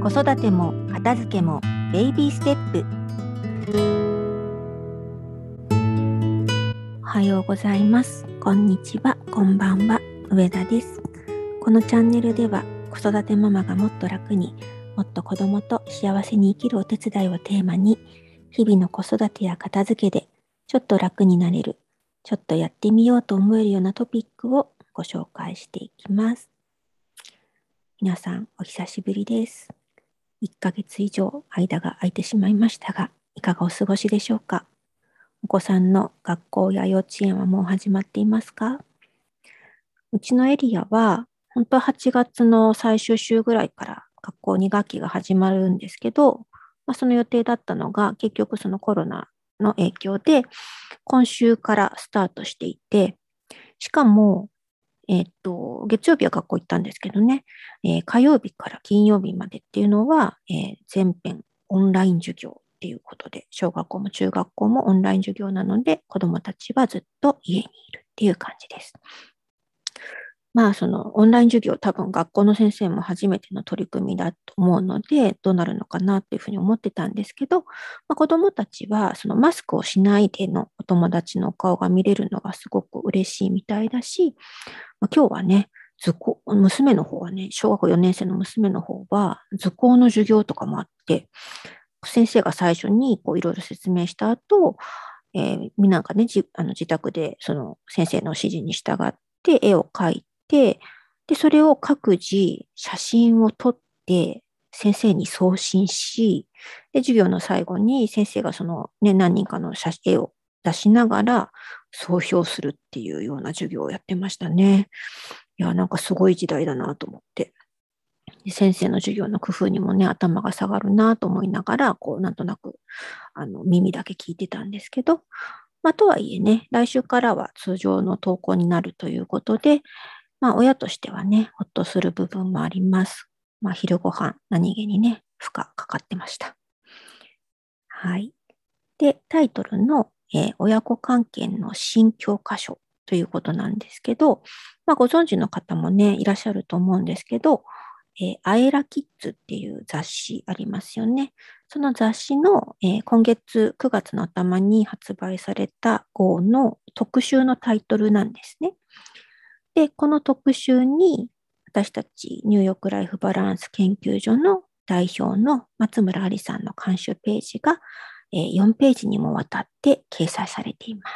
子育ても片付けもベイビーステップ。おはようございます。こんにちは、こんばんは、上田です。このチャンネルでは子育てママがもっと楽に、もっと子供と幸せに生きるお手伝いをテーマに、日々の子育てや片付けでちょっと楽になれる、ちょっとやってみようと思えるようなトピックをご紹介していきます。皆さんお久しぶりです。1ヶ月以上間が空いてしまいましたが、いかがお過ごしでしょうか。お子さんの学校や幼稚園はもう始まっていますか？うちのエリアは、本当は8月の最終週ぐらいから学校2学期が始まるんですけど、その予定だったのが、結局そのコロナの影響で、今週からスタートしていて、しかも、月曜日は学校行ったんですけどね、火曜日から金曜日までっていうのは、全編オンライン授業っていうことで、小学校も中学校もオンライン授業なので、子どもたちはずっと家にいるっていう感じです。そのオンライン授業、多分学校の先生も初めての取り組みだと思うので、どうなるのかなっていうふうに思ってたんですけど、子どもたちはそのマスクをしないでのお友達の顔が見れるのがすごく嬉しいみたいだし、今日はね、娘の方はね、小学校4年生の娘の方は図工の授業とかもあって、先生が最初にいろいろ説明した後、みんながね、自宅でその先生の指示に従って絵を描いて、で、それを各自写真を撮って先生に送信し、で、授業の最後に先生がそのね、何人かの絵を出しながら総評するっていうような授業をやってましたね。いや、なんかすごい時代だなと思って。で、先生の授業の工夫にもね、頭が下がるなと思いながら、なんとなく、耳だけ聞いてたんですけど、とはいえね、来週からは通常の登校になるということで、親としてはね、ほっとする部分もあります。昼ご飯、何気にね、負荷かかってました。はい。で、タイトルの、親子関係の新教科書ということなんですけど、ご存知の方もね、いらっしゃると思うんですけど、アエラキッズっていう雑誌ありますよね。その雑誌の、今月9月の頭に発売された号の特集のタイトルなんですね。で、この特集に私たちニューヨークライフバランス研究所の代表の松村ありさんの監修ページが4ページにもわたって掲載されています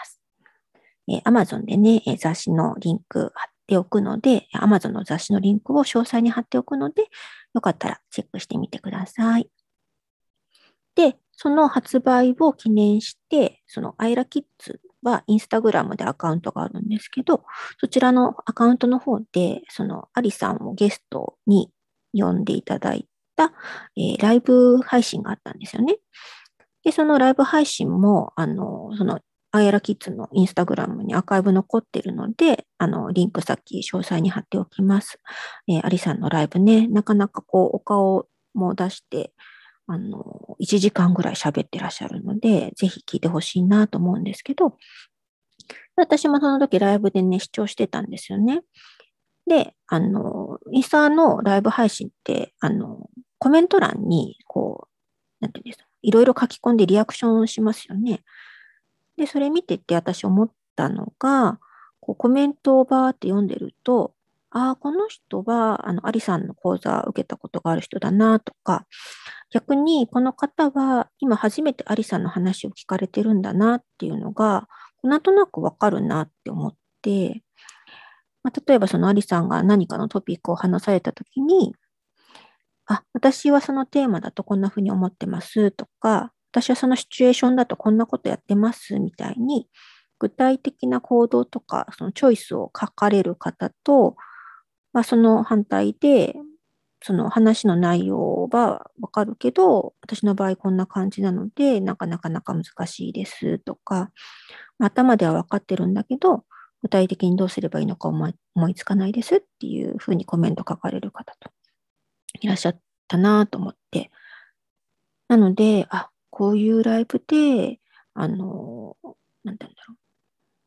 。Amazon でね、雑誌のリンク貼っておくので、Amazon の雑誌のリンクを詳細に貼っておくので、よかったらチェックしてみてください。で、その発売を記念して、そのアイラキッズはインスタグラムでアカウントがあるんですけど、そちらのアカウントの方で、そのアリさんをゲストに呼んでいただいた、ライブ配信があったんですよね。で、そのライブ配信も、そのアイラキッズのインスタグラムにアーカイブ残っているので、リンク先詳細に貼っておきます。アリさんのライブね、なかなかお顔も出して、1時間ぐらい喋ってらっしゃるので、ぜひ聞いてほしいなと思うんですけど、私もその時ライブでね、視聴してたんですよね。で、インスタのライブ配信って、コメント欄に、なんていうんですか、いろいろ書き込んでリアクションしますよね。で、それ見てて私思ったのが、コメントをバーって読んでると、この人は、アリさんの講座を受けたことがある人だなとか、逆にこの方は今初めてアリさんの話を聞かれてるんだなっていうのが、なんとなくわかるなって思って、例えばそのアリさんが何かのトピックを話されたときに、私はそのテーマだとこんなふうに思ってますとか、私はそのシチュエーションだとこんなことやってますみたいに、具体的な行動とか、そのチョイスを書かれる方と、その反対で、その話の内容はわかるけど、私の場合こんな感じなので、なかなか難しいですとか、頭では分かってるんだけど、具体的にどうすればいいのか思いつかないですっていうふうにコメント書かれる方といらっしゃったなと思って。なので、こういうライブで、なんて言うんだろう。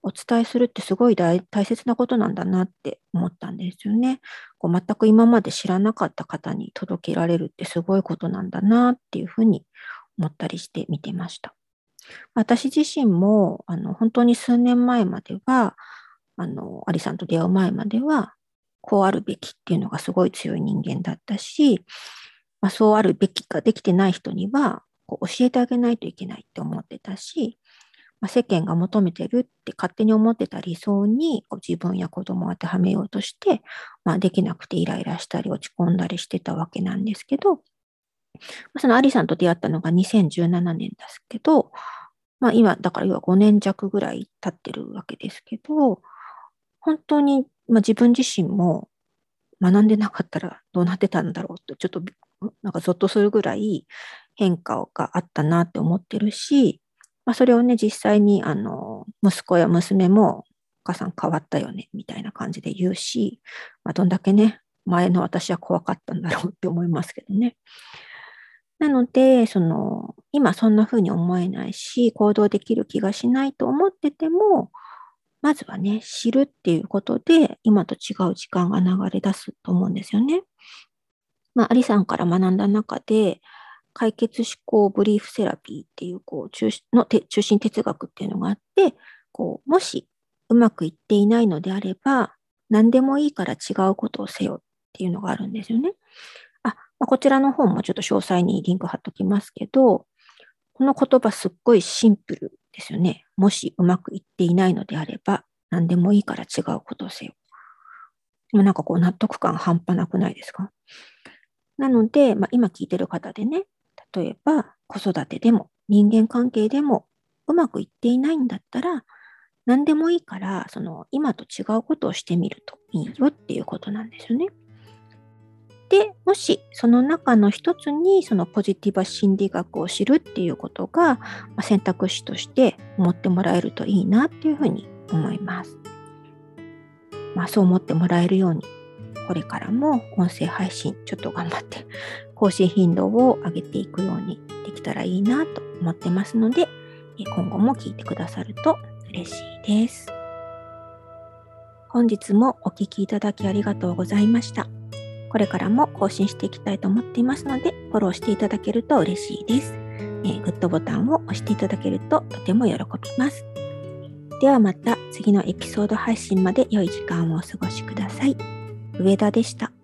お伝えするってすごい大切なことなんだなって思ったんですよね。全く今まで知らなかった方に届けられるってすごいことなんだなっていうふうに思ったりして見てました。私自身も、本当に数年前までは、アリさんと出会う前までは、こうあるべきっていうのがすごい強い人間だったし、そうあるべきができてない人には、教えてあげないといけないって思ってたし、世間が求めてるって勝手に思ってた理想に自分や子供を当てはめようとして、できなくてイライラしたり落ち込んだりしてたわけなんですけど、そのアリさんと出会ったのが2017年ですけど、今、だから要は5年弱ぐらい経ってるわけですけど、本当に、自分自身も学んでなかったらどうなってたんだろうと、ちょっとなんかゾッとするぐらい変化があったなって思ってるし、それをね、実際に息子や娘も、お母さん変わったよね、みたいな感じで言うし、どんだけね、前の私は怖かったんだろうって思いますけどね。なので、今そんな風に思えないし、行動できる気がしないと思ってても、まずはね、知るっていうことで、今と違う時間が流れ出すと思うんですよね。アリさんから学んだ中で、解決思考ブリーフセラピーっていう、中心哲学っていうのがあって、もしうまくいっていないのであれば、何でもいいから違うことをせよっていうのがあるんですよね。こちらの本もちょっと詳細にリンク貼っときますけど、この言葉すっごいシンプルですよね。もしうまくいっていないのであれば、何でもいいから違うことをせよ。でもなんか納得感半端なくないですか？なので、今聞いてる方でね、例えば子育てでも人間関係でもうまくいっていないんだったら、何でもいいから、今と違うことをしてみるといいよっていうことなんですよね。で、もしその中の一つにそのポジティブ心理学を知るっていうことが、選択肢として持ってもらえるといいなっていうふうに思います。そう思ってもらえるように、これからも音声配信ちょっと頑張って更新頻度を上げていくようにできたらいいなと思ってますので、今後も聞いてくださると嬉しいです。本日もお聞きいただきありがとうございました。これからも更新していきたいと思っていますので、フォローしていただけると嬉しいです。グッドボタンを押していただけるととても喜びます。ではまた次のエピソード配信まで良い時間をお過ごしください。上田でした。